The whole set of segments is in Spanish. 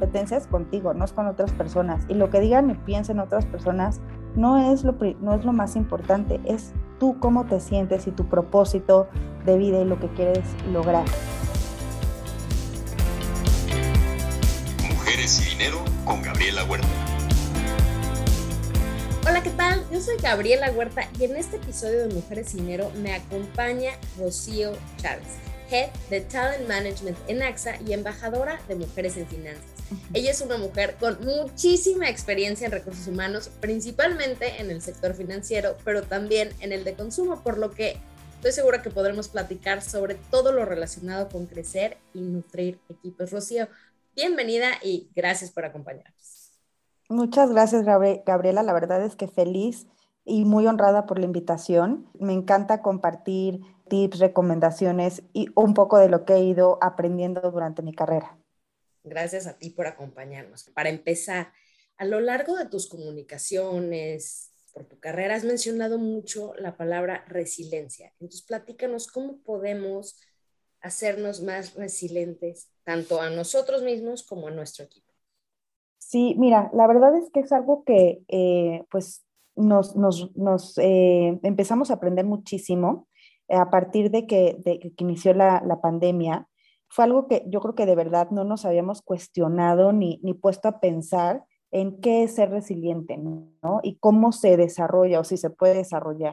competencia es contigo, no es con otras personas. Y lo que digan y piensen otras personas no es lo más importante, es tú cómo te sientes y tu propósito de vida y lo que quieres lograr. Mujeres y Dinero con Gabriela Huerta. Hola, ¿qué tal? Yo soy Gabriela Huerta y en este episodio de Mujeres y Dinero me acompaña Rocío Chávez, Head de Talent Management en AXA y embajadora de Mujeres en Finanzas. Ella es una mujer con muchísima experiencia en recursos humanos, principalmente en el sector financiero, pero también en el de consumo, por lo que estoy segura que podremos platicar sobre todo lo relacionado con crecer y nutrir equipos. Rocío, bienvenida y gracias por acompañarnos. Muchas gracias, Gabriela. La verdad es que feliz y muy honrada por la invitación. Me encanta compartir tips, recomendaciones y un poco de lo que he ido aprendiendo durante mi carrera. Gracias a ti por acompañarnos. Para empezar, a lo largo de tus comunicaciones, por tu carrera, has mencionado mucho la palabra resiliencia. Entonces, platícanos cómo podemos hacernos más resilientes, tanto a nosotros mismos como a nuestro equipo. Sí, mira, la verdad es que es algo que pues nos empezamos a aprender muchísimo a partir de que inició la pandemia. Fue algo que yo creo que de verdad no nos habíamos cuestionado ni puesto a pensar en qué es ser resiliente, ¿no? Y cómo se desarrolla o si se puede desarrollar.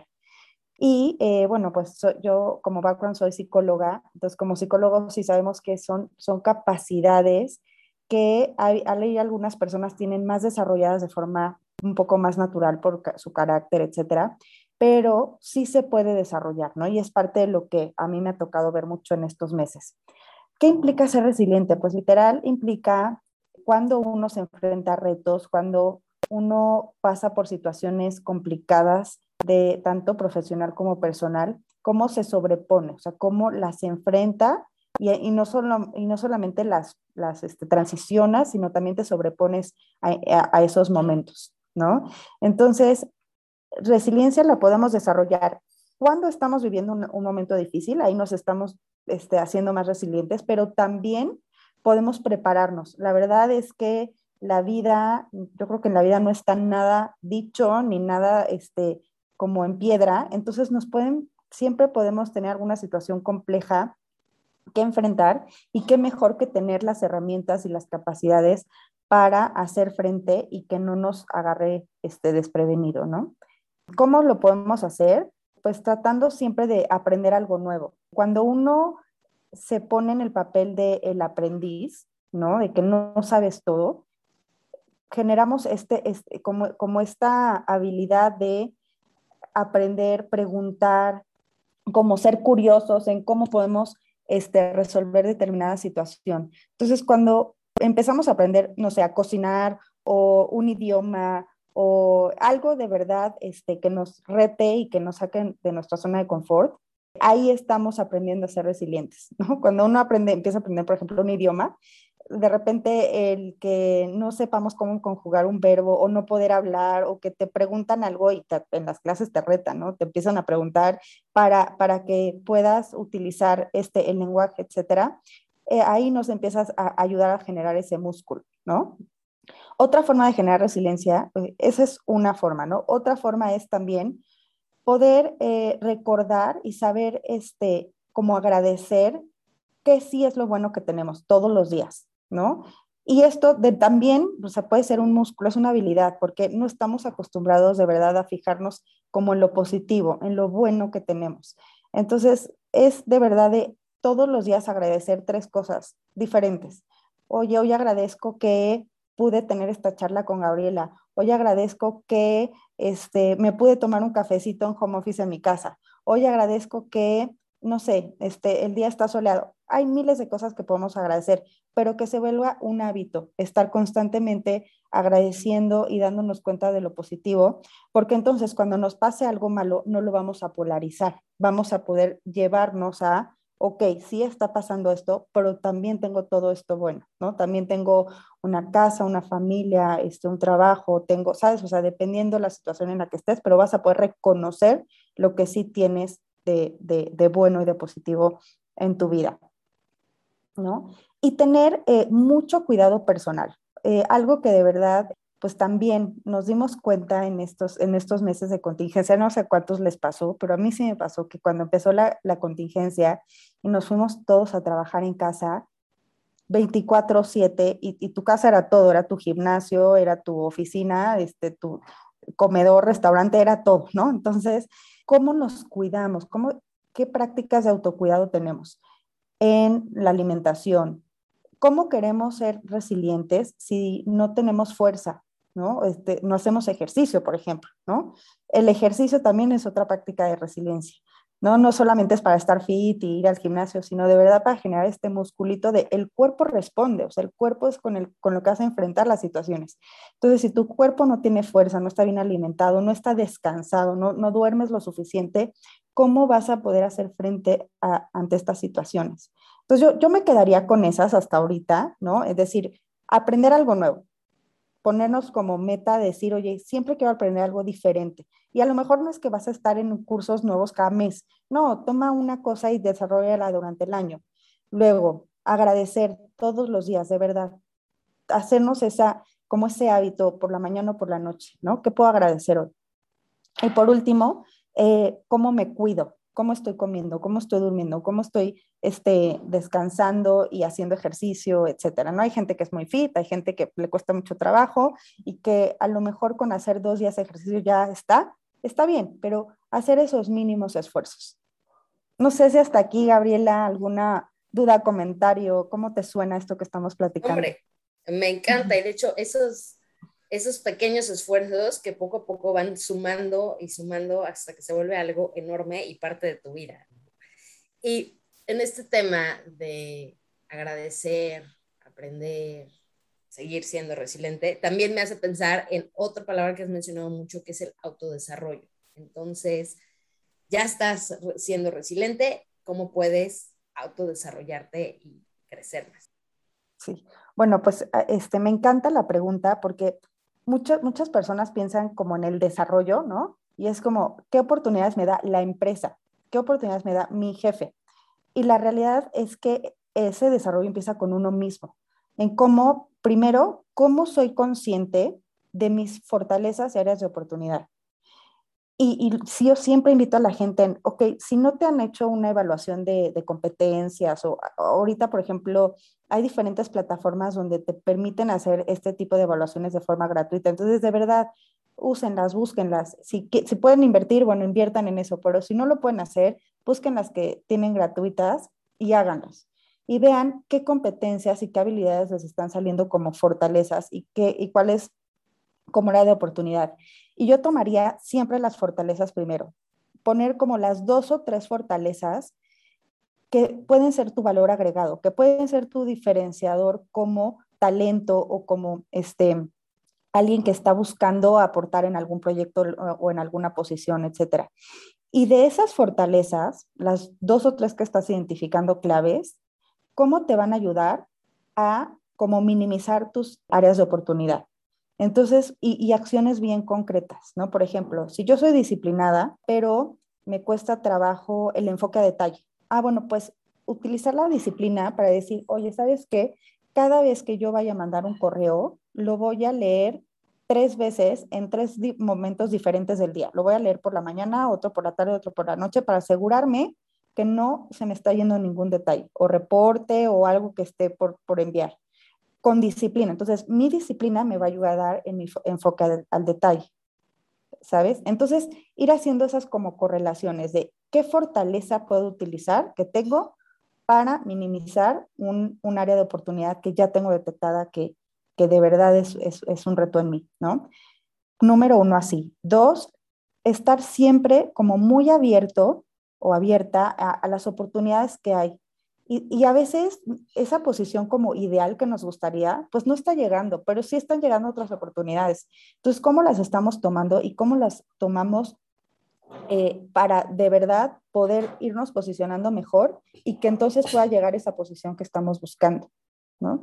Y bueno, pues yo como background soy psicóloga, entonces como psicólogos sí sabemos que son capacidades que hay algunas personas tienen más desarrolladas de forma un poco más natural por su carácter, etcétera, pero sí se puede desarrollar, ¿no? Y es parte de lo que a mí me ha tocado ver mucho en estos meses. ¿Qué implica ser resiliente? Pues literal implica cuando uno se enfrenta a retos, cuando uno pasa por situaciones complicadas de tanto profesional como personal, cómo se sobrepone, o sea, cómo las enfrenta y no solamente las transicionas, sino también te sobrepones a esos momentos, ¿no? Entonces, resiliencia la podemos desarrollar cuando estamos viviendo un momento difícil, ahí nos estamos haciendo más resilientes, pero también podemos prepararnos. La verdad es que la vida, yo creo que en la vida no está nada dicho ni nada como en piedra, entonces siempre podemos tener alguna situación compleja que enfrentar y qué mejor que tener las herramientas y las capacidades para hacer frente y que no nos agarre desprevenido, ¿no? ¿Cómo lo podemos hacer? Pues tratando siempre de aprender algo nuevo. Cuando uno se pone en el papel del aprendiz, ¿no? De que no sabes todo, generamos como esta habilidad de aprender, preguntar, como ser curiosos en cómo podemos resolver determinada situación. Entonces, cuando empezamos a aprender, no sé, a cocinar o un idioma o algo de verdad que nos rete y que nos saquen de nuestra zona de confort, ahí estamos aprendiendo a ser resilientes, ¿no? Cuando uno empieza a aprender, por ejemplo, un idioma, de repente el que no sepamos cómo conjugar un verbo o no poder hablar o que te preguntan algo y en las clases te retan, ¿no? Te empiezan a preguntar para que puedas utilizar el lenguaje, etcétera. Ahí nos empiezas a ayudar a generar ese músculo, ¿no? Otra forma de generar resiliencia, esa es una forma, ¿no? Otra forma es también poder recordar y saber como agradecer que sí es lo bueno que tenemos todos los días, ¿no? Y esto también, o sea, puede ser un músculo, es una habilidad, porque no estamos acostumbrados de verdad a fijarnos como en lo positivo, en lo bueno que tenemos. Entonces, es de verdad de todos los días agradecer tres cosas diferentes. Oye, hoy agradezco que pude tener esta charla con Gabriela. Hoy agradezco que me pude tomar un cafecito en home office en mi casa. Hoy agradezco que no sé, el día está soleado. Hay miles de cosas que podemos agradecer, pero que se vuelva un hábito, estar constantemente agradeciendo y dándonos cuenta de lo positivo, porque entonces cuando nos pase algo malo, no lo vamos a polarizar, vamos a poder llevarnos a, ok, sí está pasando esto, pero también tengo todo esto bueno, ¿no? También tengo una casa, una familia, un trabajo, tengo, ¿sabes? O sea, dependiendo de la situación en la que estés, pero vas a poder reconocer lo que sí tienes de bueno y de positivo en tu vida, ¿no? Y tener mucho cuidado personal. algo que de verdad, pues también nos dimos cuenta en estos meses de contingencia, no sé cuántos les pasó, pero a mí sí me pasó que cuando empezó la contingencia y nos fuimos todos a trabajar en casa, 24/7 y tu casa era todo, era tu gimnasio, era tu oficina, tu comedor, restaurante, era todo, ¿no? Entonces, ¿cómo nos cuidamos? ¿Qué prácticas de autocuidado tenemos en la alimentación? ¿Cómo queremos ser resilientes si no tenemos fuerza? ¿No? No hacemos ejercicio, por ejemplo, ¿no? El ejercicio también es otra práctica de resiliencia, ¿no? No solamente es para estar fit y ir al gimnasio, sino de verdad para generar este musculito de el cuerpo responde, o sea, el cuerpo es con lo que vas a enfrentar las situaciones. Entonces, si tu cuerpo no tiene fuerza, no está bien alimentado, no está descansado, no duermes lo suficiente, ¿cómo vas a poder hacer frente ante estas situaciones? Entonces, yo me quedaría con esas hasta ahorita, ¿no? Es decir, aprender algo nuevo, ponernos como meta decir, oye, siempre quiero aprender algo diferente. Y a lo mejor no es que vas a estar en cursos nuevos cada mes. No, toma una cosa y desarrollala durante el año. Luego, agradecer todos los días, de verdad. Hacernos como ese hábito por la mañana o por la noche, ¿no? ¿Qué puedo agradecer hoy? Y por último, cómo me cuido, cómo estoy comiendo, cómo estoy durmiendo, cómo estoy descansando y haciendo ejercicio, etcétera. No hay gente que es muy fit, hay gente que le cuesta mucho trabajo y que a lo mejor con hacer 2 días de ejercicio ya está bien, pero hacer esos mínimos esfuerzos. No sé si hasta aquí, Gabriela, alguna duda, comentario, ¿cómo te suena esto que estamos platicando? Hombre, me encanta y de hecho esos pequeños esfuerzos que poco a poco van sumando y sumando hasta que se vuelve algo enorme y parte de tu vida. Y en este tema de agradecer, aprender, seguir siendo resiliente, también me hace pensar en otra palabra que has mencionado mucho, que es el autodesarrollo. Entonces, ya estás siendo resiliente, ¿cómo puedes autodesarrollarte y crecer más? Sí, bueno, pues me encanta la pregunta porque muchas personas piensan como en el desarrollo, ¿no? Y es como, ¿qué oportunidades me da la empresa? ¿Qué oportunidades me da mi jefe? Y la realidad es que ese desarrollo empieza con uno mismo, en cómo, primero, cómo soy consciente de mis fortalezas y áreas de oportunidad. Y sí, yo siempre invito a la gente, ok, si no te han hecho una evaluación de competencias o ahorita, por ejemplo, hay diferentes plataformas donde te permiten hacer este tipo de evaluaciones de forma gratuita. Entonces, de verdad, úsenlas, búsquenlas. Si pueden invertir, bueno, inviertan en eso, pero si no lo pueden hacer, busquen las que tienen gratuitas y háganlas. Y vean qué competencias y qué habilidades les están saliendo como fortalezas y cuál es como área de oportunidad. Y yo tomaría siempre las fortalezas primero, poner como las 2 o 3 fortalezas que pueden ser tu valor agregado, que pueden ser tu diferenciador como talento o como alguien que está buscando aportar en algún proyecto o en alguna posición, etcétera. Y de esas fortalezas, las 2 o 3 que estás identificando claves, ¿cómo te van a ayudar a como minimizar tus áreas de oportunidad? Entonces, y acciones bien concretas, ¿no? Por ejemplo, si yo soy disciplinada, pero me cuesta trabajo el enfoque a detalle. Bueno, pues utilizar la disciplina para decir, oye, ¿sabes qué? Cada vez que yo vaya a mandar un correo, lo voy a leer 3 veces en 3 momentos diferentes del día. Lo voy a leer por la mañana, otro por la tarde, otro por la noche, para asegurarme que no se me está yendo ningún detalle o reporte o algo que esté por enviar con disciplina. Entonces, mi disciplina me va a ayudar en mi enfoque al detalle, ¿sabes? Entonces, ir haciendo esas como correlaciones de qué fortaleza puedo utilizar, que tengo, para minimizar un área de oportunidad que ya tengo detectada que de verdad es un reto en mí, ¿no? Número 1, así. 2, estar siempre como muy abierto o abierta a las oportunidades que hay. Y a veces esa posición como ideal que nos gustaría, pues no está llegando, pero sí están llegando otras oportunidades. Entonces, ¿cómo las estamos tomando y cómo las tomamos para de verdad poder irnos posicionando mejor y que entonces pueda llegar esa posición que estamos buscando, ¿no?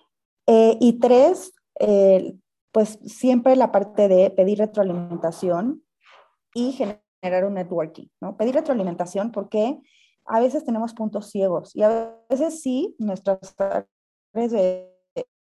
Y 3, pues siempre la parte de pedir retroalimentación y generar un networking, ¿no? Pedir retroalimentación porque a veces tenemos puntos ciegos y a veces sí, nuestras áreas de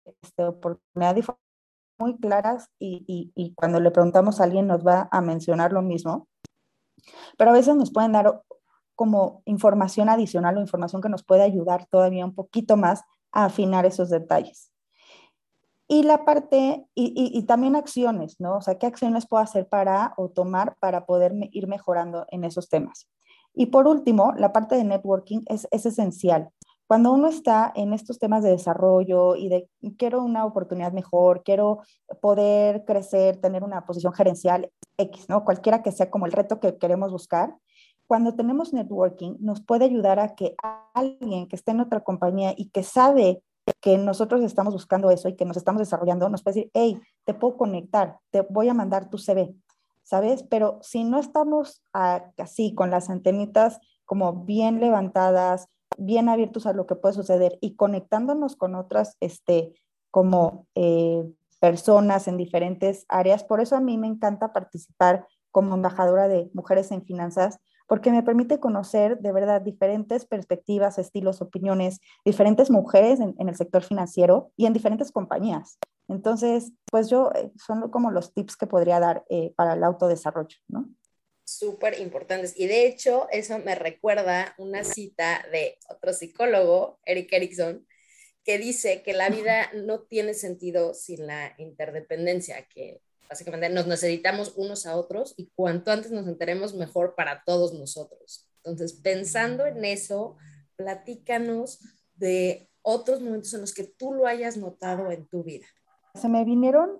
oportunidad muy claras y cuando le preguntamos a alguien nos va a mencionar lo mismo, pero a veces nos pueden dar como información adicional o información que nos puede ayudar todavía un poquito más a afinar esos detalles. Y la parte, y también acciones, ¿no? O sea, ¿qué acciones puedo hacer para o tomar para poder ir mejorando en esos temas? Y por último, la parte de networking es esencial. Cuando uno está en estos temas de desarrollo y de quiero una oportunidad mejor, quiero poder crecer, tener una posición gerencial X, ¿no? Cualquiera que sea como el reto que queremos buscar, cuando tenemos networking nos puede ayudar a que alguien que esté en otra compañía y que sabe que nosotros estamos buscando eso y que nos estamos desarrollando, nos puede decir, hey, te puedo conectar, te voy a mandar tu CV, ¿sabes? Pero si no estamos así con las antenitas como bien levantadas, bien abiertos a lo que puede suceder y conectándonos con otras, como personas en diferentes áreas, por eso a mí me encanta participar como embajadora de Mujeres en Finanzas, porque me permite conocer de verdad diferentes perspectivas, estilos, opiniones, diferentes mujeres en el sector financiero y en diferentes compañías. Entonces, pues yo, son como los tips que podría dar para el autodesarrollo, ¿no? Súper importantes. Y de hecho, eso me recuerda una cita de otro psicólogo, Eric Erickson, que dice que la vida no tiene sentido sin la interdependencia, que básicamente nos necesitamos unos a otros y cuanto antes nos enteremos, mejor para todos nosotros. Entonces, pensando en eso, platícanos de otros momentos en los que tú lo hayas notado en tu vida. Se me vinieron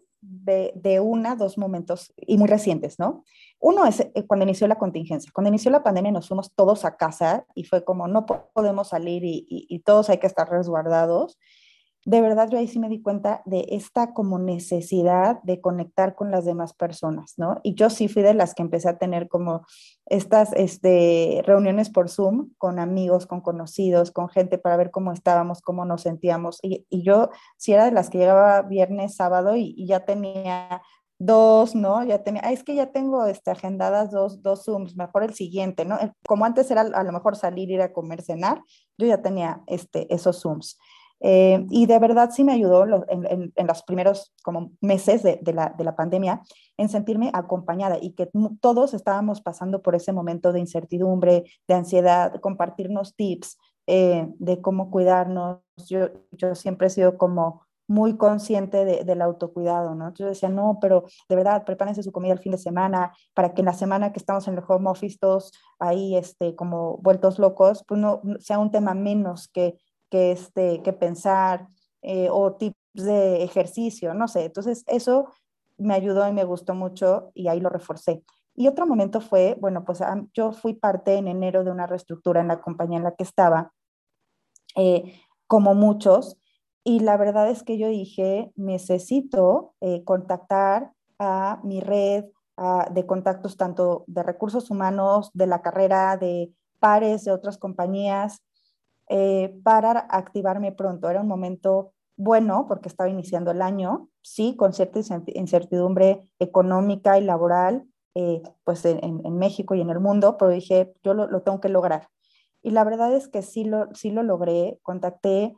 dos momentos y muy recientes, ¿no? Uno es cuando inició la contingencia. Cuando inició la pandemia nos fuimos todos a casa y fue como no podemos salir y todos hay que estar resguardados. De verdad yo ahí sí me di cuenta de esta como necesidad de conectar con las demás personas, ¿no? Y yo sí fui de las que empecé a tener como estas reuniones por Zoom con amigos, con conocidos, con gente para ver cómo estábamos, cómo nos sentíamos. Y yo sí era de las que llegaba viernes, sábado y ya tenía dos, ¿no? Ya tenía, es que ya tengo agendadas dos Zooms, mejor el siguiente, ¿no? Como antes era a lo mejor salir, ir a comer, cenar, yo ya tenía esos Zooms. Y de verdad sí me ayudó en los primeros como meses de la pandemia en sentirme acompañada y que todos estábamos pasando por ese momento de incertidumbre, de ansiedad, compartirnos tips de cómo cuidarnos. Yo siempre he sido como muy consciente del autocuidado, ¿no? Yo decía, no, pero de verdad, prepárense su comida el fin de semana para que en la semana que estamos en el home office todos ahí como vueltos locos, pues no sea un tema menos que pensar o tips de ejercicio, no sé. Entonces, eso me ayudó y me gustó mucho y ahí lo reforcé. Y otro momento fue, bueno, pues yo fui parte en enero de una reestructura en la compañía en la que estaba, como muchos, y la verdad es que yo dije, necesito contactar a mi red de contactos tanto de recursos humanos, de la carrera, de pares de otras compañías, para activarme pronto. Era un momento bueno porque estaba iniciando el año, sí, con cierta incertidumbre económica y laboral, pues en México y en el mundo, pero dije, yo lo tengo que lograr. Y la verdad es que sí lo logré. Contacté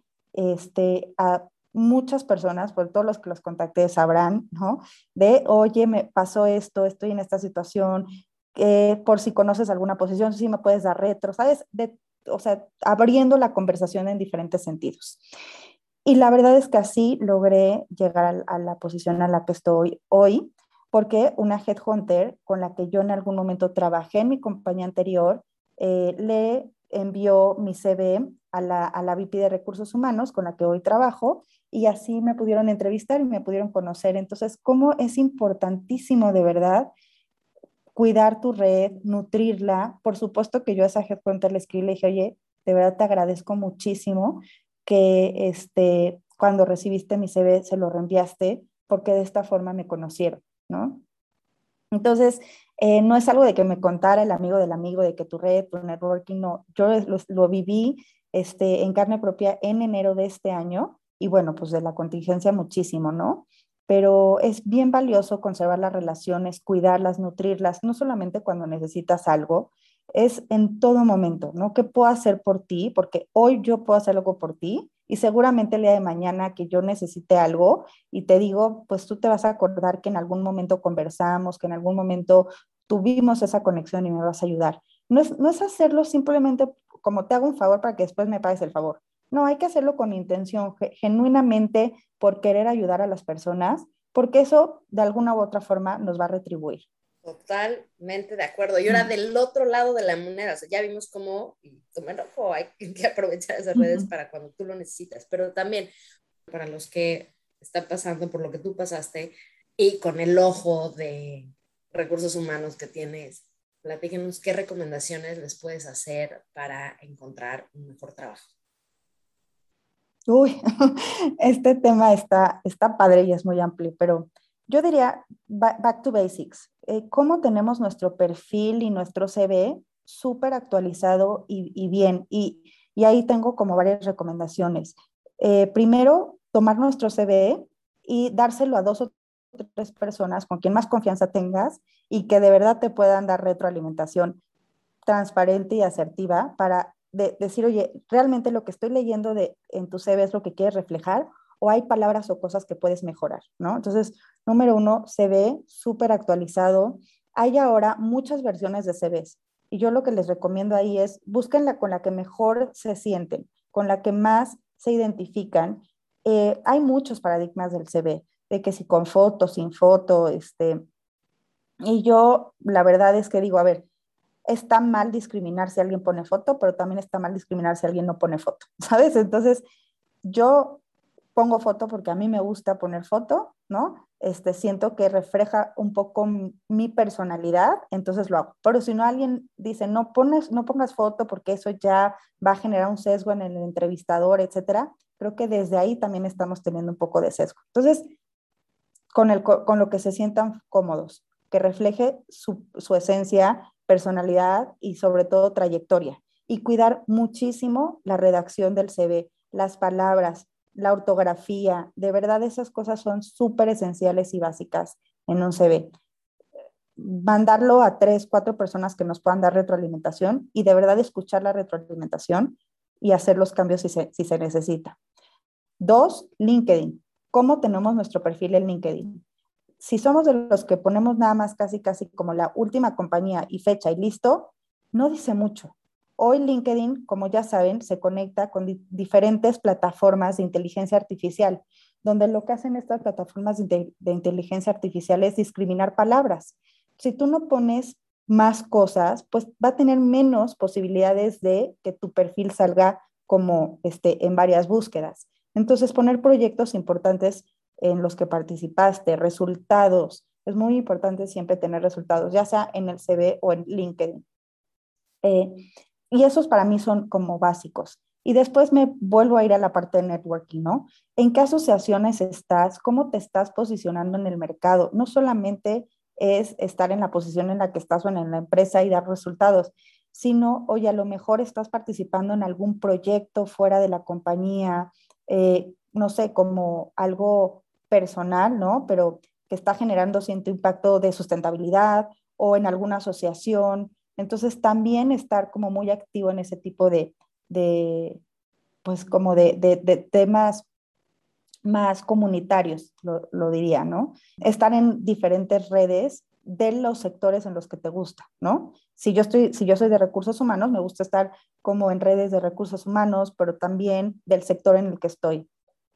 a muchas personas, por todos los que los contacté sabrán, ¿no? De, oye, me pasó esto, estoy en esta situación, por si conoces alguna posición, si me puedes dar retro, ¿sabes? O sea, abriendo la conversación en diferentes sentidos. Y la verdad es que así logré llegar a la posición a la que estoy hoy, porque una headhunter con la que yo en algún momento trabajé en mi compañía anterior, le envió mi CV a la VP de Recursos Humanos con la que hoy trabajo y así me pudieron entrevistar y me pudieron conocer. Entonces, cómo es importantísimo de verdad cuidar tu red, nutrirla. Por supuesto que yo a esa headhunter le escribí y le dije, oye, de verdad te agradezco muchísimo que cuando recibiste mi CV se lo reenviaste porque de esta forma me conocieron, ¿no? Entonces, no es algo de que me contara el amigo del amigo de que tu red, tu networking, no, yo lo viví en carne propia en enero de este año y bueno, pues de la contingencia muchísimo, ¿no? Pero es bien valioso conservar las relaciones, cuidarlas, nutrirlas, no solamente cuando necesitas algo, es en todo momento, ¿no? ¿Qué puedo hacer por ti? Porque hoy yo puedo hacer algo por ti y seguramente el día de mañana que yo necesite algo y te digo, pues tú te vas a acordar que en algún momento conversamos, que en algún momento tuvimos esa conexión y me vas a ayudar. No es hacerlo simplemente como te hago un favor para que después me pagues el favor. No, hay que hacerlo con intención, genuinamente por querer ayudar a las personas, porque eso de alguna u otra forma nos va a retribuir. Totalmente de acuerdo. Y ahora del otro lado de la moneda, o sea, ya vimos cómo, y bueno, hay que aprovechar esas redes para cuando tú lo necesitas, pero también para los que están pasando por lo que tú pasaste y con el ojo de recursos humanos que tienes, platíquenos qué recomendaciones les puedes hacer para encontrar un mejor trabajo. Uy, este tema está padre y es muy amplio, pero yo diría back to basics. ¿Cómo tenemos nuestro perfil y nuestro CV súper actualizado y bien? Y ahí tengo como varias recomendaciones. Primero, tomar nuestro CV y dárselo a 2 o 3 personas con quien más confianza tengas y que de verdad te puedan dar retroalimentación transparente y asertiva para decir, oye, realmente lo que estoy leyendo en tu CV es lo que quieres reflejar o hay palabras o cosas que puedes mejorar, ¿no? Entonces, número 1, CV súper actualizado. Hay ahora muchas versiones de CVs y yo lo que les recomiendo ahí es búsquenla con la que mejor se sienten, con la que más se identifican. Hay muchos paradigmas del CV, de que si con foto, sin foto, y yo la verdad es que digo, a ver, está mal discriminar si alguien pone foto, pero también está mal discriminar si alguien no pone foto, ¿sabes? Entonces, yo pongo foto porque a mí me gusta poner foto, ¿no? Siento que refleja un poco mi personalidad, entonces lo hago. Pero si no alguien dice, no pongas foto porque eso ya va a generar un sesgo en el entrevistador, etcétera, creo que desde ahí también estamos teniendo un poco de sesgo. Entonces, con lo que se sientan cómodos, que refleje su esencia, personalidad y sobre todo trayectoria. Y cuidar muchísimo la redacción del CV, las palabras, la ortografía, de verdad esas cosas son súper esenciales y básicas en un CV. Mandarlo a 3, 4 personas que nos puedan dar retroalimentación y de verdad escuchar la retroalimentación y hacer los cambios si se necesita. 2, LinkedIn. ¿Cómo tenemos nuestro perfil en LinkedIn? Si somos de los que ponemos nada más casi como la última compañía y fecha y listo, no dice mucho. Hoy LinkedIn, como ya saben, se conecta con diferentes plataformas de inteligencia artificial, donde lo que hacen estas plataformas de inteligencia artificial es discriminar palabras. Si tú no pones más cosas, pues va a tener menos posibilidades de que tu perfil salga como en varias búsquedas. Entonces, poner proyectos importantes en los que participaste, resultados. Es muy importante siempre tener resultados, ya sea en el CV o en LinkedIn. Eh, y esos para mí son como básicos. Y después me vuelvo a ir a la parte de networking, ¿no? ¿En qué asociaciones estás? ¿Cómo te estás posicionando en el mercado? No solamente es estar en la posición en la que estás o en la empresa y dar resultados, sino, oye, a lo mejor estás participando en algún proyecto fuera de la compañía, no sé, como algo personal, ¿no? Pero que está generando cierto impacto de sustentabilidad o en alguna asociación. Entonces, también estar como muy activo en ese tipo de pues como de temas más comunitarios, lo diría, ¿no? Estar en diferentes redes de los sectores en los que te gusta, ¿no? Si yo soy de recursos humanos, me gusta estar como en redes de recursos humanos, pero también del sector en el que estoy.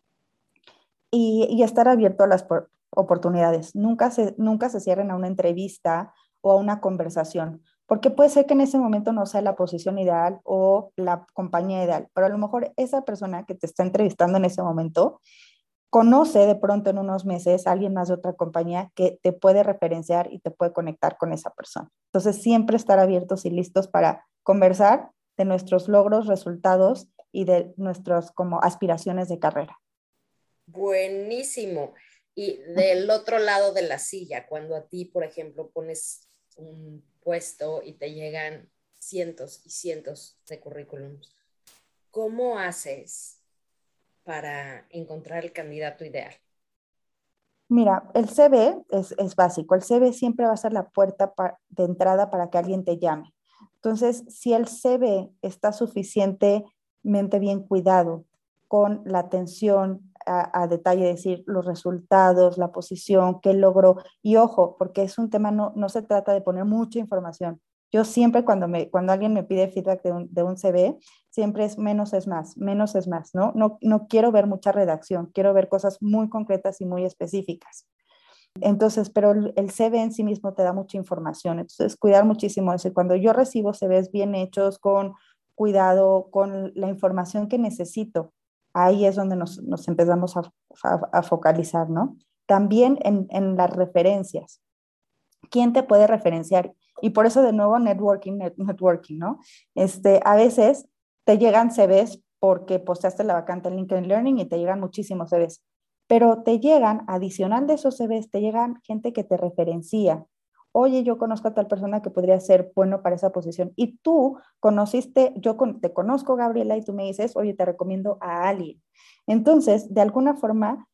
Y estar abierto a las oportunidades. Nunca se cierren a una entrevista o a una conversación, porque puede ser que en ese momento no sea la posición ideal o la compañía ideal, pero a lo mejor esa persona que te está entrevistando en ese momento conoce de pronto en unos meses a alguien más de otra compañía que te puede referenciar y te puede conectar con esa persona. Entonces, siempre estar abiertos y listos para conversar de nuestros logros, resultados y de nuestras como aspiraciones de carrera. Buenísimo. Y del otro lado de la silla, cuando a ti, por ejemplo, pones un puesto y te llegan cientos y cientos de currículums, ¿cómo haces para encontrar el candidato ideal? Mira, el CV es básico. El CV siempre va a ser la puerta de entrada para que alguien te llame. Entonces, si el CV está suficientemente bien cuidado, con la atención a detalle, decir los resultados, la posición, qué logró, y ojo, porque es un tema, no se trata de poner mucha información. Yo siempre cuando alguien me pide feedback de un CV, siempre es menos es más, ¿no? No quiero ver mucha redacción, quiero ver cosas muy concretas y muy específicas. Entonces, pero el CV en sí mismo te da mucha información, entonces cuidar muchísimo eso. Y cuando yo recibo CVs bien hechos, con cuidado, con la información que necesito, ahí es donde nos empezamos a focalizar, ¿no? También en las referencias. ¿Quién te puede referenciar? Y por eso de nuevo networking, ¿no? A veces te llegan CVs porque posteaste la vacante en LinkedIn Learning y te llegan muchísimos CVs, pero te llegan, adicional de esos CVs, te llegan gente que te referencia. Oye, yo conozco a tal persona que podría ser bueno para esa posición. Y tú conociste, te conozco, Gabriela, y tú me dices, oye, te recomiendo a alguien. Entonces, de alguna forma,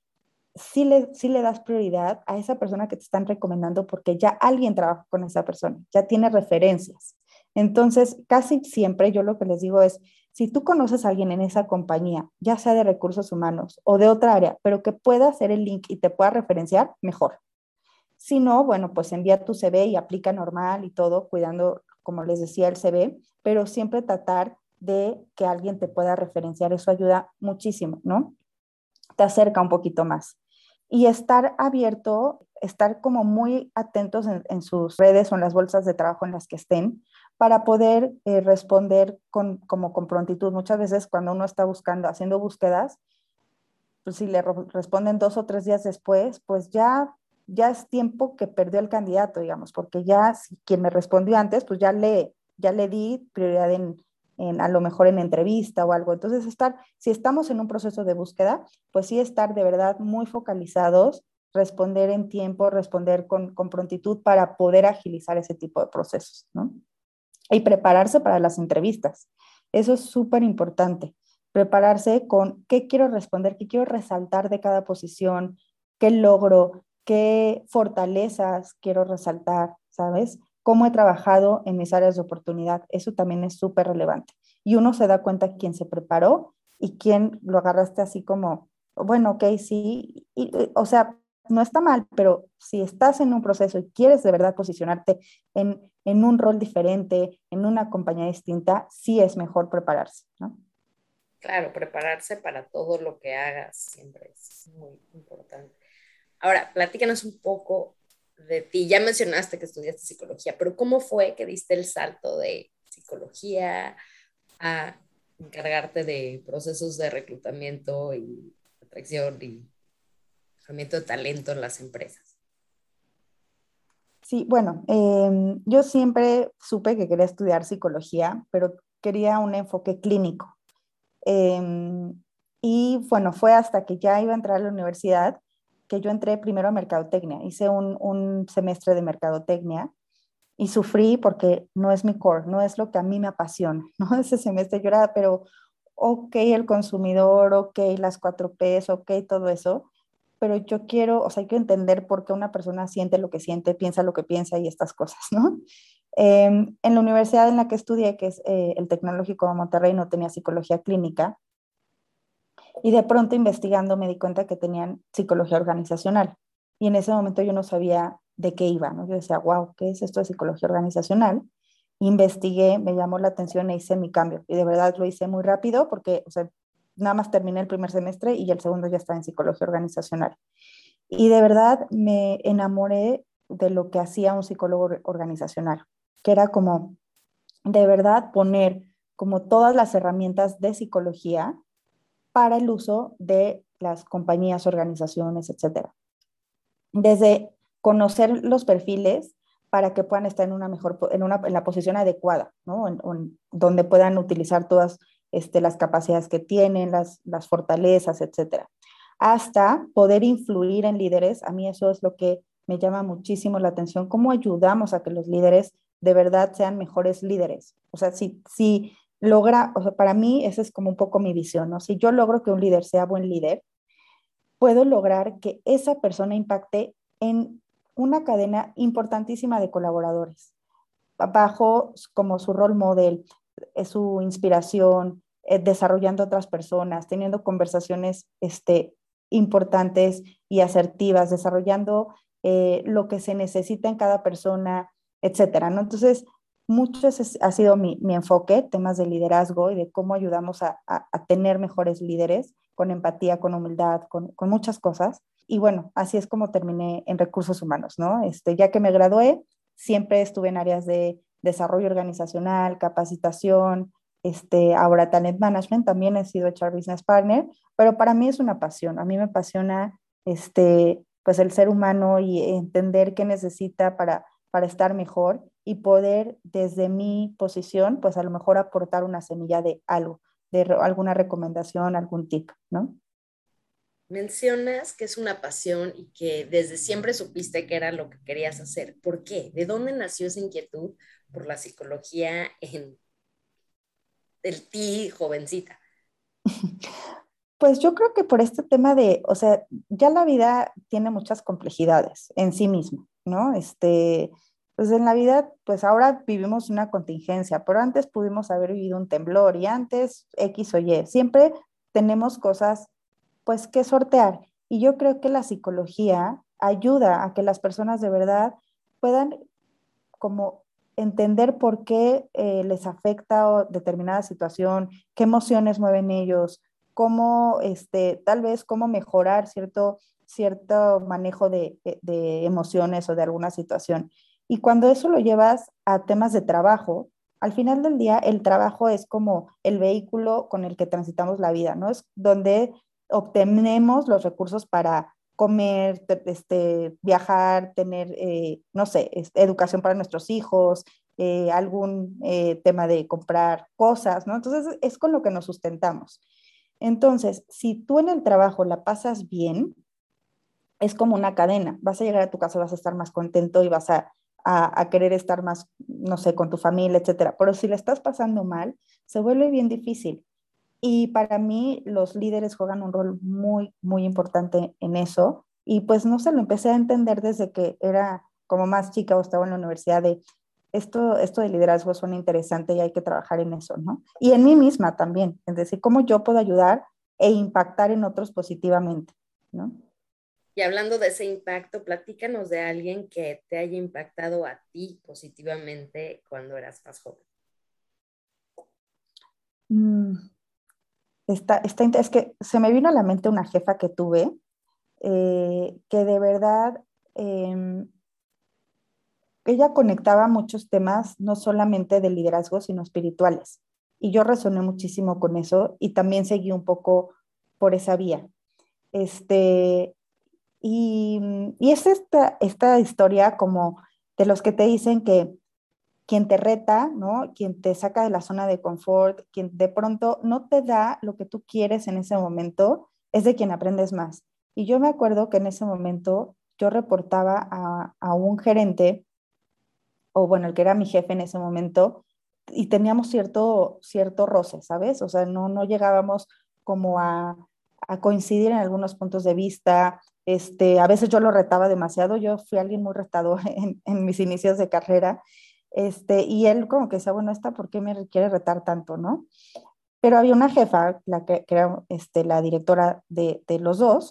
sí le das prioridad a esa persona que te están recomendando porque ya alguien trabaja con esa persona, ya tiene referencias. Entonces, casi siempre yo lo que les digo es, si tú conoces a alguien en esa compañía, ya sea de recursos humanos o de otra área, pero que pueda hacer el link y te pueda referenciar, mejor. Si no, bueno, pues envía tu CV y aplica normal y todo, cuidando, como les decía, el CV, pero siempre tratar de que alguien te pueda referenciar. Eso ayuda muchísimo, ¿no? Te acerca un poquito más. Y estar abierto, estar como muy atentos en sus redes o en las bolsas de trabajo en las que estén para poder responder como con prontitud. Muchas veces cuando uno está buscando, haciendo búsquedas, pues si le responden 2 o 3 días después, pues ya es tiempo que perdió el candidato, digamos, porque ya si quien me respondió antes, pues ya le di prioridad a lo mejor en entrevista o algo. Entonces, si estamos en un proceso de búsqueda, pues sí estar de verdad muy focalizados, responder en tiempo, responder con prontitud para poder agilizar ese tipo de procesos, ¿no? Y prepararse para las entrevistas. Eso es súper importante. Prepararse con qué quiero responder, qué quiero resaltar de cada posición, qué logro, qué fortalezas quiero resaltar, ¿sabes? Cómo he trabajado en mis áreas de oportunidad. Eso también es súper relevante. Y uno se da cuenta quién se preparó y quién lo agarraste así como, bueno, ok, sí. O sea, no está mal, pero si estás en un proceso y quieres de verdad posicionarte en un rol diferente, en una compañía distinta, sí es mejor prepararse, ¿no? Claro, prepararse para todo lo que hagas siempre es muy importante. Ahora, platícanos un poco de ti. Ya mencionaste que estudiaste psicología, pero ¿cómo fue que diste el salto de psicología a encargarte de procesos de reclutamiento y atracción y mejoramiento de talento en las empresas? Sí, bueno, yo siempre supe que quería estudiar psicología, pero quería un enfoque clínico. Eh, y bueno, fue hasta que ya iba a entrar a la universidad que yo entré primero a mercadotecnia. Hice un semestre de mercadotecnia y sufrí porque no es mi core, no es lo que a mí me apasiona, ¿no? Ese semestre yo era, pero ok, el consumidor, ok, las 4 Ps, ok, todo eso, pero yo quiero, o sea, quiero entender por qué una persona siente lo que siente, piensa lo que piensa y estas cosas, ¿no? En la universidad en la que estudié, que es el Tecnológico de Monterrey, no tenía psicología clínica y de pronto investigando me di cuenta que tenían psicología organizacional y en ese momento yo no sabía de qué iba, ¿no? Yo decía, wow, ¿qué es esto de psicología organizacional? Investigué, me llamó la atención e hice mi cambio y de verdad lo hice muy rápido porque, o sea, nada más terminé el primer semestre y el segundo ya estaba en psicología organizacional. Y de verdad me enamoré de lo que hacía un psicólogo organizacional, que era como de verdad poner como todas las herramientas de psicología para el uso de las compañías, organizaciones, etcétera. Desde conocer los perfiles para que puedan estar en la posición adecuada, ¿no? Donde puedan utilizar todas las capacidades que tienen, las fortalezas, etcétera. Hasta poder influir en líderes. A mí eso es lo que me llama muchísimo la atención. ¿Cómo ayudamos a que los líderes de verdad sean mejores líderes? O sea, si logra, o sea, para mí esa es como un poco mi visión, ¿no? Si yo logro que un líder sea buen líder, puedo lograr que esa persona impacte en una cadena importantísima de colaboradores. bajo como su role model, su inspiración, desarrollando otras personas, teniendo conversaciones importantes y asertivas, desarrollando lo que se necesita en cada persona, etcétera, ¿no? Entonces, mucho ese ha sido mi enfoque, temas de liderazgo y de cómo ayudamos a tener mejores líderes con empatía, con humildad, con muchas cosas. Y bueno, así es como terminé en recursos humanos, ¿no? Ya que me gradué, siempre estuve en áreas de desarrollo organizacional, capacitación, ahora talent management, también he sido HR Business Partner, pero para mí es una pasión. A mí me apasiona pues el ser humano y entender qué necesita para estar mejor y poder desde mi posición, pues a lo mejor aportar una semilla de algo, de alguna recomendación, algún tip, ¿no? Mencionas que es una pasión y que desde siempre supiste que era lo que querías hacer. ¿Por qué? ¿De dónde nació esa inquietud por la psicología en el ti jovencita? Pues yo creo que por este tema de, o sea, ya la vida tiene muchas complejidades en sí mismo, ¿no? Pues en la vida, pues ahora vivimos una contingencia, pero antes pudimos haber vivido un temblor y antes X o Y. Siempre tenemos cosas, pues, que sortear. Y yo creo que la psicología ayuda a que las personas de verdad puedan como entender por qué les afecta determinada situación, qué emociones mueven ellos, cómo, tal vez, cómo mejorar cierto manejo de emociones o de alguna situación. Y cuando eso lo llevas a temas de trabajo, al final del día, el trabajo es como el vehículo con el que transitamos la vida, ¿no? Es donde obtenemos los recursos para comer, viajar, tener, no sé, educación para nuestros hijos, algún tema de comprar cosas, ¿no? Entonces es con lo que nos sustentamos. Entonces, si tú en el trabajo la pasas bien, es como una cadena. Vas a llegar a tu casa, vas a estar más contento y vas a querer estar más, no sé, con tu familia, etcétera. Pero si la estás pasando mal, se vuelve bien difícil. Y para mí los líderes juegan un rol muy, muy importante en eso. Y pues no sé, lo empecé a entender desde que era como más chica o estaba en la universidad de esto de liderazgo suena interesante y hay que trabajar en eso, ¿no? Y en mí misma también, es decir, cómo yo puedo ayudar e impactar en otros positivamente, ¿no? Y hablando de ese impacto, platícanos de alguien que te haya impactado a ti positivamente cuando eras más joven. Mm, es que se me vino a la mente una jefa que tuve que de verdad ella conectaba muchos temas, no solamente de liderazgo, sino espirituales. Y yo resoné muchísimo con eso y también seguí un poco por esa vía. Este, y es esta historia como de los que te dicen que quien te reta, ¿no? Quien te saca de la zona de confort, quien de pronto no te da lo que tú quieres en ese momento, es de quien aprendes más. Y yo me acuerdo que en ese momento yo reportaba a un gerente o bueno, el que era mi jefe en ese momento, y teníamos cierto roce, ¿sabes? O sea, no llegábamos como a coincidir en algunos puntos de vista. A veces yo lo retaba demasiado, yo fui alguien muy retador en mis inicios de carrera, y él como que decía, bueno, ¿esta por qué me quiere retar tanto, no? Pero había una jefa, que era la directora de los dos,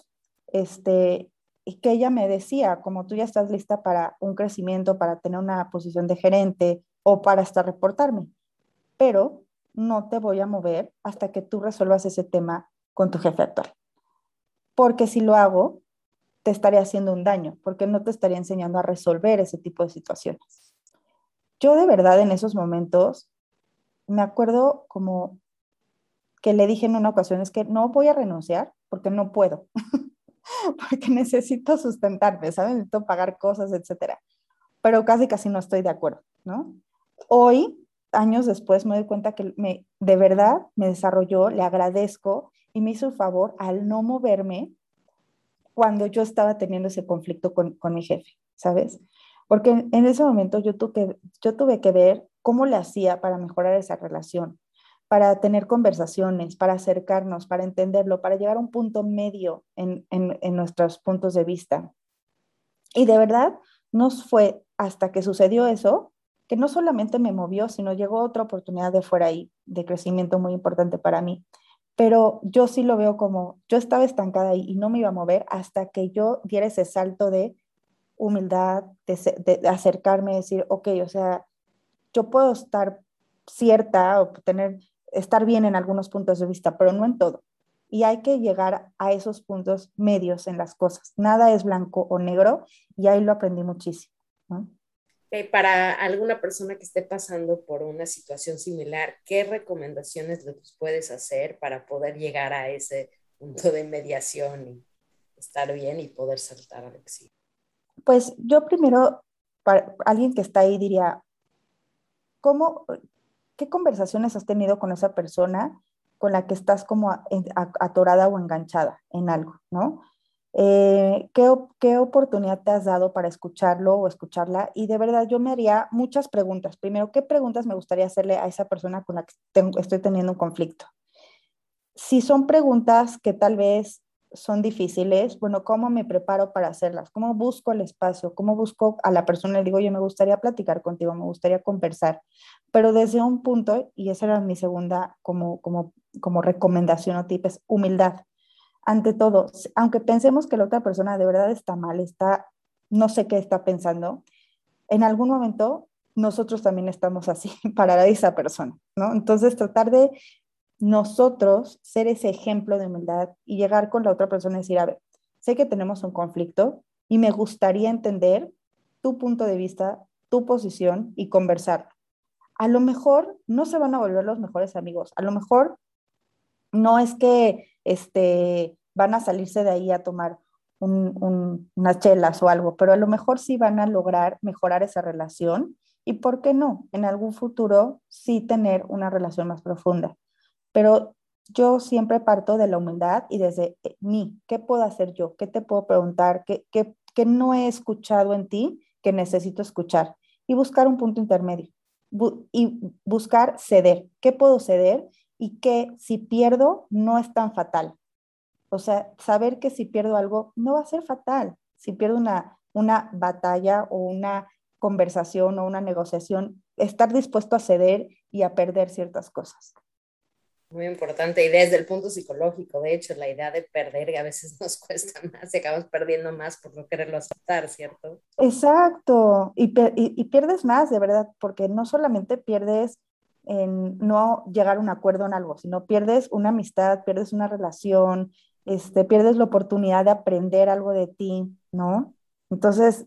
y que ella me decía, como tú ya estás lista para un crecimiento, para tener una posición de gerente o para hasta reportarme, pero no te voy a mover hasta que tú resuelvas ese tema con tu jefe actual. Porque si lo hago, te estaría haciendo un daño, porque no te estaría enseñando a resolver ese tipo de situaciones. Yo de verdad en esos momentos me acuerdo como que le dije en una ocasión, es que no voy a renunciar porque no puedo, porque necesito sustentarme, ¿sabes? Necesito pagar cosas, etcétera. Pero casi no estoy de acuerdo, ¿no? Hoy, años después, me doy cuenta que de verdad me desarrolló, le agradezco y me hizo el favor al no moverme cuando yo estaba teniendo ese conflicto con mi jefe, ¿sabes? Porque en ese momento yo tuve que ver cómo le hacía para mejorar esa relación, para tener conversaciones, para acercarnos, para entenderlo, para llegar a un punto medio en nuestros puntos de vista. Y de verdad, nos fue hasta que sucedió eso que no solamente me movió, sino llegó otra oportunidad de fuera ahí, de crecimiento muy importante para mí. Pero yo sí lo veo como, yo estaba estancada ahí y no me iba a mover hasta que yo diera ese salto de humildad, de acercarme, decir, ok, o sea, yo puedo estar cierta o estar bien en algunos puntos de vista, pero no en todo. Y hay que llegar a esos puntos medios en las cosas. Nada es blanco o negro y ahí lo aprendí muchísimo, ¿no? Para alguna persona que esté pasando por una situación similar, ¿qué recomendaciones les puedes hacer para poder llegar a ese punto de mediación y estar bien y poder saltar al éxito? Pues yo primero, para alguien que está ahí diría, ¿cómo, qué conversaciones has tenido con esa persona con la que estás como atorada o enganchada en algo, ¿no? ¿Qué oportunidad te has dado para escucharlo o escucharla? Y de verdad yo me haría muchas preguntas. Primero, ¿qué preguntas me gustaría hacerle a esa persona con la que estoy teniendo un conflicto? Si son preguntas que tal vez son difíciles, bueno, ¿cómo me preparo para hacerlas? ¿Cómo busco el espacio? ¿Cómo busco a la persona? Le digo, oye, me gustaría platicar contigo, me gustaría conversar, pero desde un punto, y esa era mi segunda como recomendación o tip, es humildad. Ante todo, aunque pensemos que la otra persona de verdad está mal, no sé qué está pensando, en algún momento nosotros también estamos así para esa persona, ¿no? Entonces, tratar de nosotros ser ese ejemplo de humildad y llegar con la otra persona y decir, a ver, sé que tenemos un conflicto y me gustaría entender tu punto de vista, tu posición y conversar. A lo mejor no se van a volver los mejores amigos, a lo mejor no es que van a salirse de ahí a tomar unas chelas o algo, pero a lo mejor sí van a lograr mejorar esa relación y, ¿por qué no? En algún futuro sí tener una relación más profunda. Pero yo siempre parto de la humildad y desde mí, ¿qué puedo hacer yo? ¿Qué te puedo preguntar? ¿Qué no he escuchado en ti que necesito escuchar? Y buscar un punto intermedio. Y buscar ceder. ¿Qué puedo ceder? Y que si pierdo no es tan fatal. O sea, saber que si pierdo algo no va a ser fatal. Si pierdo una batalla o una conversación o una negociación, estar dispuesto a ceder y a perder ciertas cosas. Muy importante, y desde el punto psicológico, de hecho, la idea de perder que a veces nos cuesta más y acabamos perdiendo más por no quererlo aceptar, ¿cierto? Exacto, y pierdes más, de verdad, porque no solamente pierdes en no llegar a un acuerdo en algo, sino pierdes una amistad, pierdes una relación, pierdes la oportunidad de aprender algo de ti, ¿no? Entonces,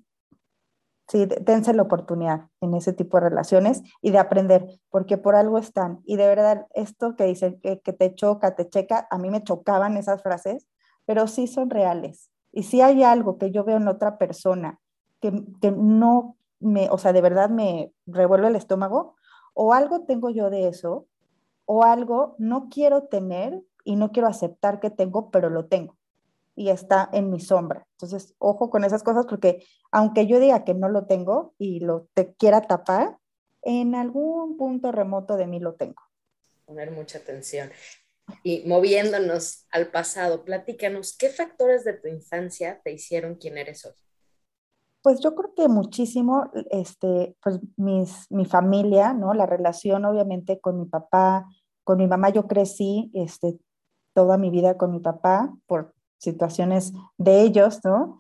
sí, dense la oportunidad en ese tipo de relaciones y de aprender, porque por algo están. Y de verdad, esto que dicen que te choca, te checa, a mí me chocaban esas frases, pero sí son reales. Y si hay algo que yo veo en otra persona que no o sea, de verdad me revuelve el estómago, o algo tengo yo de eso, o algo no quiero tener y no quiero aceptar que tengo, pero lo tengo y está en mi sombra. Entonces, ojo con esas cosas porque aunque yo diga que no lo tengo y lo te quiera tapar, en algún punto remoto de mí lo tengo. Poner mucha atención. Y moviéndonos al pasado, platícanos, ¿qué factores de tu infancia te hicieron quien eres hoy? Pues yo creo que muchísimo, pues mi familia, ¿no? La relación obviamente con mi papá, con mi mamá, yo crecí, toda mi vida con mi papá por situaciones de ellos, ¿no?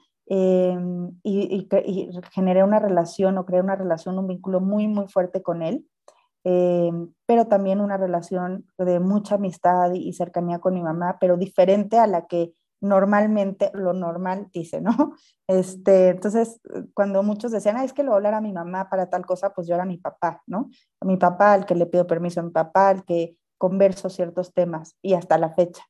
Y generé una relación o creé una relación, un vínculo muy, muy fuerte con él, pero también una relación de mucha amistad y cercanía con mi mamá, pero diferente a la que normalmente lo normal dice, ¿no? Entonces, cuando muchos decían, es que le voy a hablar a mi mamá para tal cosa, pues yo era mi papá, ¿no? A mi papá al que le pido permiso, a mi papá al que converso ciertos temas y hasta la fecha.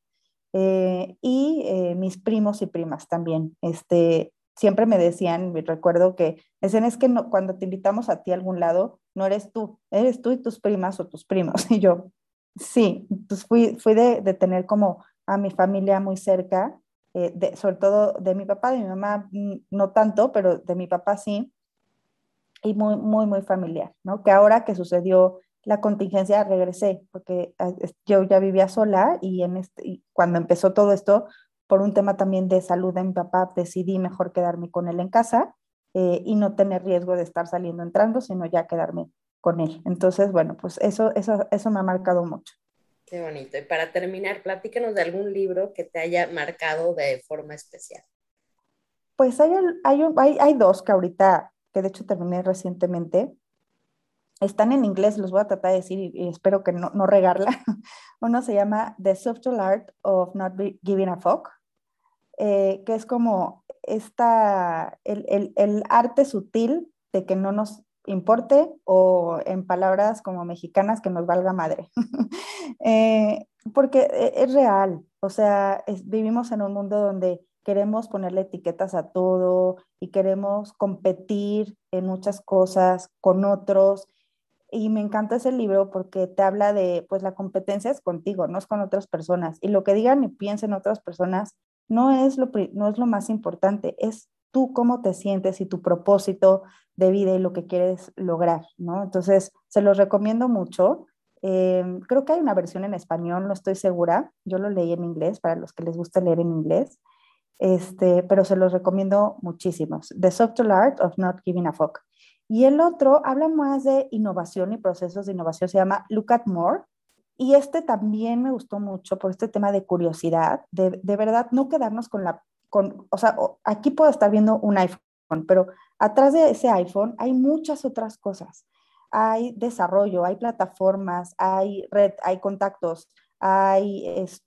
Mis primos y primas también, siempre me decían, me recuerdo que decían, es que no, cuando te invitamos a ti a algún lado, no eres tú y tus primas o tus primos. Y yo, sí, pues fui de tener como a mi familia muy cerca, sobre todo de mi papá, de mi mamá, no tanto, pero de mi papá sí, y muy, muy, muy familiar, ¿no? Que ahora que sucedió la contingencia regresé, porque yo ya vivía sola y cuando empezó todo esto, por un tema también de salud de mi papá, decidí mejor quedarme con él en casa y no tener riesgo de estar saliendo entrando, sino ya quedarme con él. Entonces, bueno, pues eso me ha marcado mucho. Qué bonito. Y para terminar, platícanos de algún libro que te haya marcado de forma especial. Pues hay dos que ahorita, que de hecho terminé recientemente, están en inglés, los voy a tratar de decir y espero que no regarla. Uno se llama The Subtle Art of Not Giving a Fuck, que es como el arte sutil de que no nos importe, o en palabras como mexicanas, que nos valga madre. Porque es real, o sea, vivimos en un mundo donde queremos ponerle etiquetas a todo y queremos competir en muchas cosas con otros. Y me encanta ese libro porque te habla de, pues la competencia es contigo, no es con otras personas. Y lo que digan y piensen otras personas no es lo más importante, es tú cómo te sientes y tu propósito de vida y lo que quieres lograr, ¿no? Entonces, se los recomiendo mucho. Creo que hay una versión en español, no estoy segura. Yo lo leí en inglés para los que les gusta leer en inglés. Pero se los recomiendo muchísimo. The Subtle Art of Not Giving a Fuck. Y el otro habla más de innovación y procesos de innovación, se llama Look at More. Y este también me gustó mucho por este tema de curiosidad, de verdad no quedarnos o sea, aquí puedo estar viendo un iPhone, pero atrás de ese iPhone hay muchas otras cosas. Hay desarrollo, hay plataformas, hay red, hay contactos, hay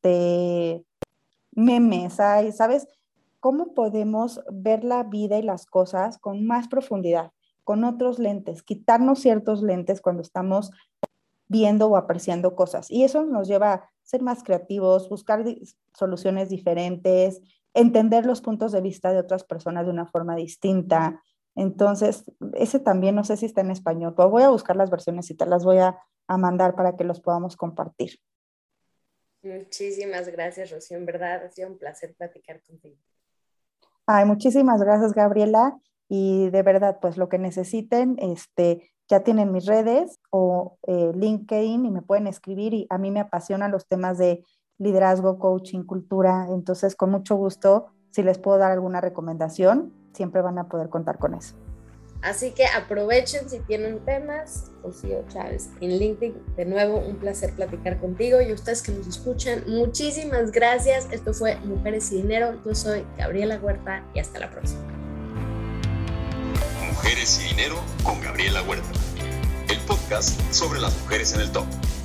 memes, hay, ¿sabes? ¿Cómo podemos ver la vida y las cosas con más profundidad, con otros lentes, quitarnos ciertos lentes cuando estamos viendo o apreciando cosas? Y eso nos lleva a ser más creativos, buscar soluciones diferentes, entender los puntos de vista de otras personas de una forma distinta. Entonces, ese también no sé si está en español, pero voy a buscar las versiones y te las voy a mandar para que los podamos compartir. Muchísimas gracias, Rocío. En verdad, ha sido un placer platicar contigo. Ay, muchísimas gracias, Gabriela. Y de verdad, pues lo que necesiten, ya tienen mis redes o LinkedIn y me pueden escribir. Y a mí me apasionan los temas de liderazgo, coaching, cultura. Entonces, con mucho gusto, si les puedo dar alguna recomendación, siempre van a poder contar con eso. Así que aprovechen si tienen temas. Rocío Chávez en LinkedIn. De nuevo, un placer platicar contigo y ustedes que nos escuchan, muchísimas gracias. Esto fue Mujeres y Dinero. Yo soy Gabriela Huerta y hasta la próxima. Mujeres y Dinero con Gabriela Huerta, el podcast sobre las mujeres en el top.